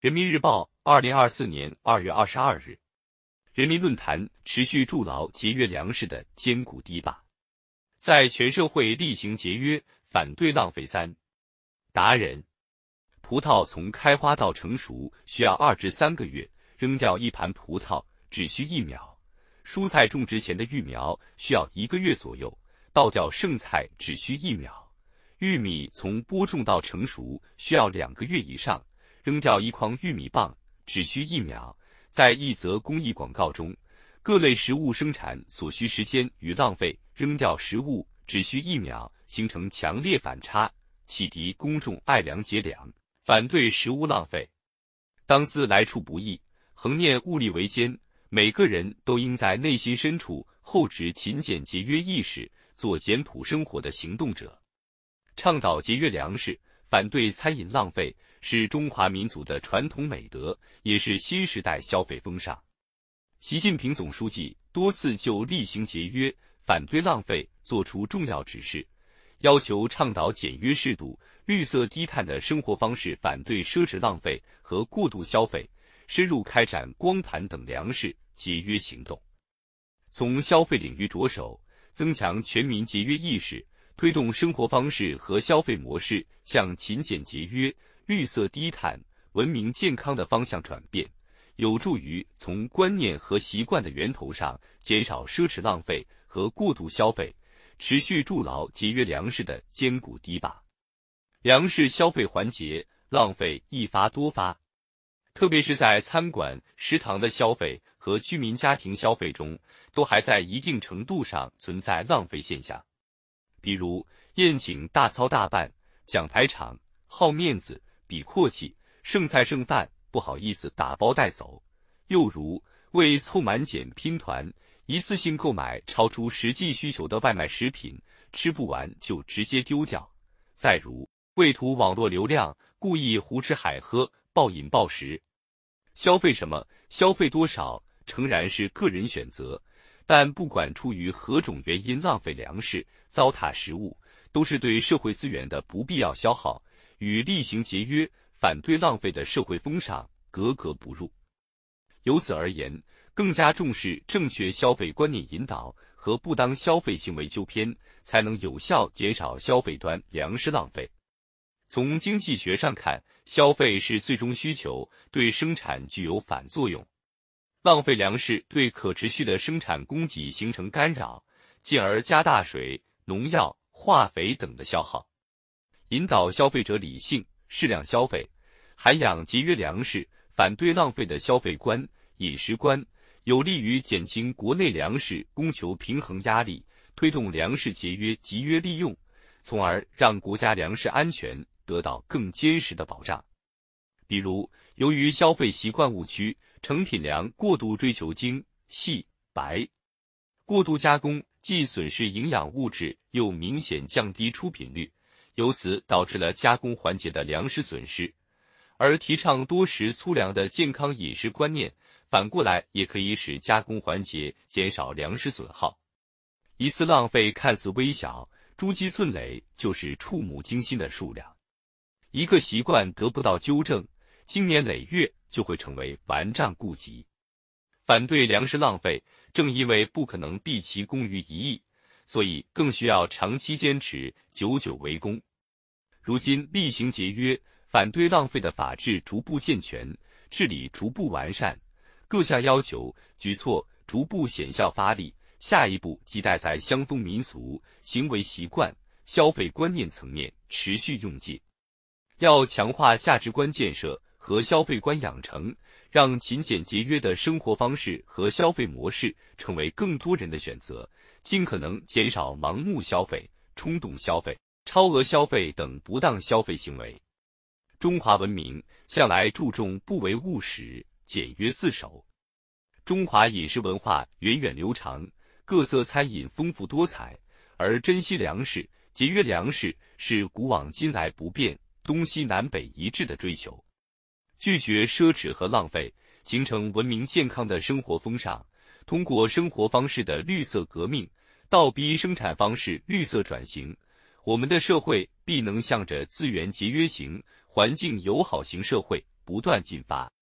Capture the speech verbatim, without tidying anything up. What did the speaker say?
人民日报，二零二四年二月二十二日。人民论坛持续筑牢节约粮食的坚固堤坝，在全社会厉行节约，反对浪费。三，达人，葡萄从开花到成熟需要二至三个月，扔掉一盘葡萄只需一秒；蔬菜种植前的育苗需要一个月左右，倒掉剩菜只需一秒；玉米从播种到成熟需要两个月以上，扔掉一筐玉米棒只需一秒。在一则公益广告中，各类食物生产所需时间与浪费扔掉食物只需一秒形成强烈反差，启迪公众爱粮节粮，反对食物浪费。当思来处不易，恒念物力维艰，每个人都应在内心深处厚植勤俭节约意识，做简朴生活的行动者。倡导节约粮食，反对餐饮浪费，是中华民族的传统美德，也是新时代消费风尚。习近平总书记多次就厉行节约、反对浪费作出重要指示，要求倡导简约适度、绿色低碳的生活方式，反对奢侈浪费和过度消费，深入开展光盘等粮食节约行动。从消费领域着手，增强全民节约意识，推动生活方式和消费模式向勤俭节约、绿色低碳、文明健康的方向转变，有助于从观念和习惯的源头上减少奢侈浪费和过度消费，持续筑牢节约粮食的坚固堤坝。粮食消费环节，浪费一发多发，特别是在餐馆、食堂的消费和居民家庭消费中，都还在一定程度上存在浪费现象。比如宴请大操大办、讲排场、好面子、比阔气，剩菜剩饭不好意思打包带走；又如为凑满减拼团，一次性购买超出实际需求的外卖食品，吃不完就直接丢掉；再如为图网络流量，故意胡吃海喝、暴饮暴食。消费什么、消费多少，诚然是个人选择，但不管出于何种原因浪费粮食、糟蹋食物，都是对社会资源的不必要消耗，与厉行节约、反对浪费的社会风尚格格不入。由此而言，更加重视正确消费观念引导和不当消费行为纠偏，才能有效减少消费端粮食浪费。从经济学上看，消费是最终需求，对生产具有反作用。浪费粮食对可持续的生产供给形成干扰，进而加大水、农药、化肥等的消耗。引导消费者理性、适量消费，涵养节约粮食、反对浪费的消费观、饮食观，有利于减轻国内粮食供求平衡压力，推动粮食节约集约利用，从而让国家粮食安全得到更坚实的保障。比如，由于消费习惯误区，成品粮过度追求精、细、白，过度加工既损失营养物质，又明显降低出品率，由此导致了加工环节的粮食损失。而提倡多食粗粮的健康饮食观念，反过来也可以使加工环节减少粮食损耗。一次浪费看似微小，诸计寸累就是触目惊心的数量。一个习惯得不到纠正，经年累月就会成为顽瘴痼疾。反对粮食浪费，正因为不可能毕其功于一役，所以更需要长期坚持，久久为功。如今厉行节约、反对浪费的法治逐步健全，治理逐步完善，各项要求、举措逐步显效发力，下一步亟待在乡风民俗、行为习惯、消费观念层面持续用尽。要强化价值观建设和消费观养成，让勤俭节约的生活方式和消费模式成为更多人的选择，尽可能减少盲目消费、冲动消费、超额消费等不当消费行为。中华文明向来注重不唯物史、简约自守。中华饮食文化源远流长，各色餐饮丰富多彩，而珍惜粮食、节约粮食是古往今来不变、东西南北一致的追求。拒绝奢侈和浪费，形成文明健康的生活风尚，通过生活方式的绿色革命，倒逼生产方式绿色转型，我们的社会必能向着资源节约型、环境友好型社会不断进发。